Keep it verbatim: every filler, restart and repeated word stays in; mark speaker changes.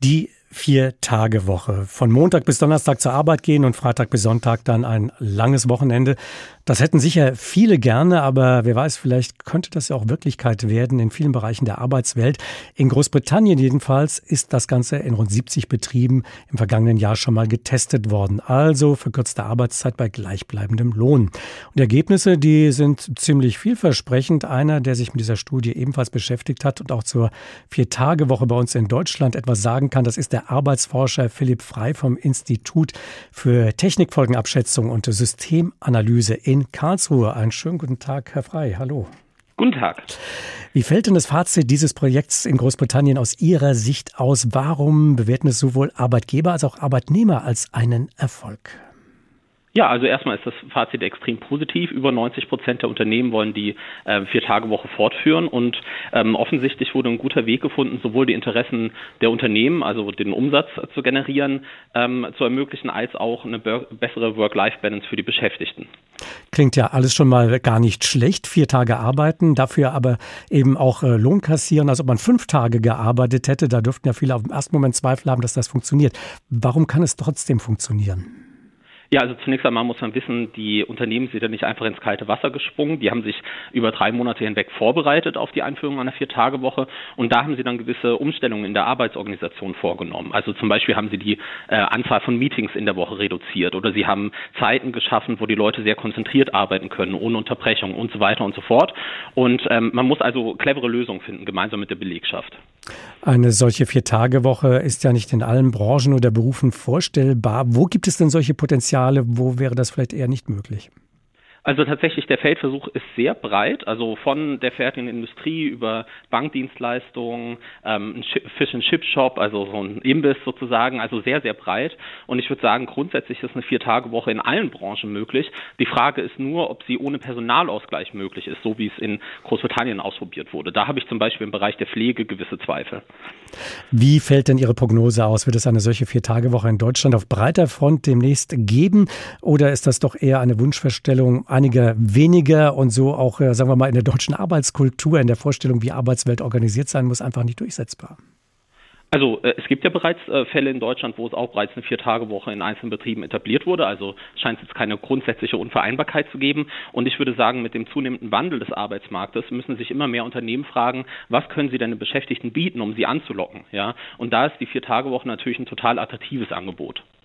Speaker 1: Die Vier-Tage-Woche. Von Montag bis Donnerstag zur Arbeit gehen und Freitag bis Sonntag dann ein langes Wochenende. Das hätten sicher viele gerne, aber wer weiß, vielleicht könnte das ja auch Wirklichkeit werden in vielen Bereichen der Arbeitswelt. In Großbritannien jedenfalls ist das Ganze in rund siebzig Betrieben im vergangenen Jahr schon mal getestet worden. Also verkürzte Arbeitszeit bei gleichbleibendem Lohn. Und die Ergebnisse, die sind ziemlich vielversprechend. Einer, der sich mit dieser Studie ebenfalls beschäftigt hat und auch zur Vier-Tage-Woche bei uns in Deutschland etwas sagen kann, das ist der Arbeitsforscher Philipp Frey vom Institut für Technikfolgenabschätzung und Systemanalyse in Karlsruhe. Einen schönen guten Tag, Herr Frey. Hallo.
Speaker 2: Guten Tag.
Speaker 1: Wie fällt denn das Fazit dieses Projekts in Großbritannien aus Ihrer Sicht aus? Warum bewerten es sowohl Arbeitgeber als auch Arbeitnehmer als einen Erfolg?
Speaker 2: Ja, also erstmal ist das Fazit extrem positiv. Über neunzig Prozent der Unternehmen wollen die äh, Vier-Tage-Woche fortführen und ähm, offensichtlich wurde ein guter Weg gefunden, sowohl die Interessen der Unternehmen, also den Umsatz zu generieren, ähm, zu ermöglichen, als auch eine be- bessere Work-Life-Balance für die Beschäftigten.
Speaker 1: Klingt ja alles schon mal gar nicht schlecht. Vier Tage arbeiten, dafür aber eben auch äh, Lohn kassieren, als ob man fünf Tage gearbeitet hätte. Da dürften ja viele auf den ersten Moment Zweifel haben, dass das funktioniert. Warum kann es trotzdem funktionieren?
Speaker 2: Ja, also zunächst einmal muss man wissen, die Unternehmen sind ja nicht einfach ins kalte Wasser gesprungen. Die haben sich über drei Monate hinweg vorbereitet auf die Einführung einer Vier-Tage-Woche und da haben sie dann gewisse Umstellungen in der Arbeitsorganisation vorgenommen. Also zum Beispiel haben sie die äh, Anzahl von Meetings in der Woche reduziert oder sie haben Zeiten geschaffen, wo die Leute sehr konzentriert arbeiten können, ohne Unterbrechung und so weiter und so fort. Und ähm, man muss also clevere Lösungen finden, gemeinsam mit der Belegschaft.
Speaker 1: Eine solche Vier-Tage-Woche ist ja nicht in allen Branchen oder Berufen vorstellbar. Wo gibt es denn solche Potenziale? Wo wäre das vielleicht eher nicht möglich?
Speaker 2: Also tatsächlich, der Feldversuch ist sehr breit, also von der fertigen Industrie über Bankdienstleistungen, ähm, ein Fish-and-Chip-Shop, also so ein Imbiss sozusagen, also sehr, sehr breit. Und ich würde sagen, grundsätzlich ist eine Vier-Tage-Woche in allen Branchen möglich. Die Frage ist nur, ob sie ohne Personalausgleich möglich ist, so wie es in Großbritannien ausprobiert wurde. Da habe ich zum Beispiel im Bereich der Pflege gewisse Zweifel.
Speaker 1: Wie fällt denn Ihre Prognose aus? Wird es eine solche Vier-Tage-Woche in Deutschland auf breiter Front demnächst geben? Oder ist das doch eher eine Wunschvorstellung einiger weniger und so auch, sagen wir mal, in der deutschen Arbeitskultur, in der Vorstellung, wie Arbeitswelt organisiert sein muss, einfach nicht durchsetzbar?
Speaker 2: Also äh, es gibt ja bereits äh, Fälle in Deutschland, wo es auch bereits eine Vier-Tage-Woche in einzelnen Betrieben etabliert wurde. Also scheint es jetzt keine grundsätzliche Unvereinbarkeit zu geben. Und ich würde sagen, mit dem zunehmenden Wandel des Arbeitsmarktes müssen sich immer mehr Unternehmen fragen, was können sie denn den Beschäftigten bieten, um sie anzulocken? Ja? Und da ist die Vier-Tage-Woche natürlich ein total attraktives Angebot.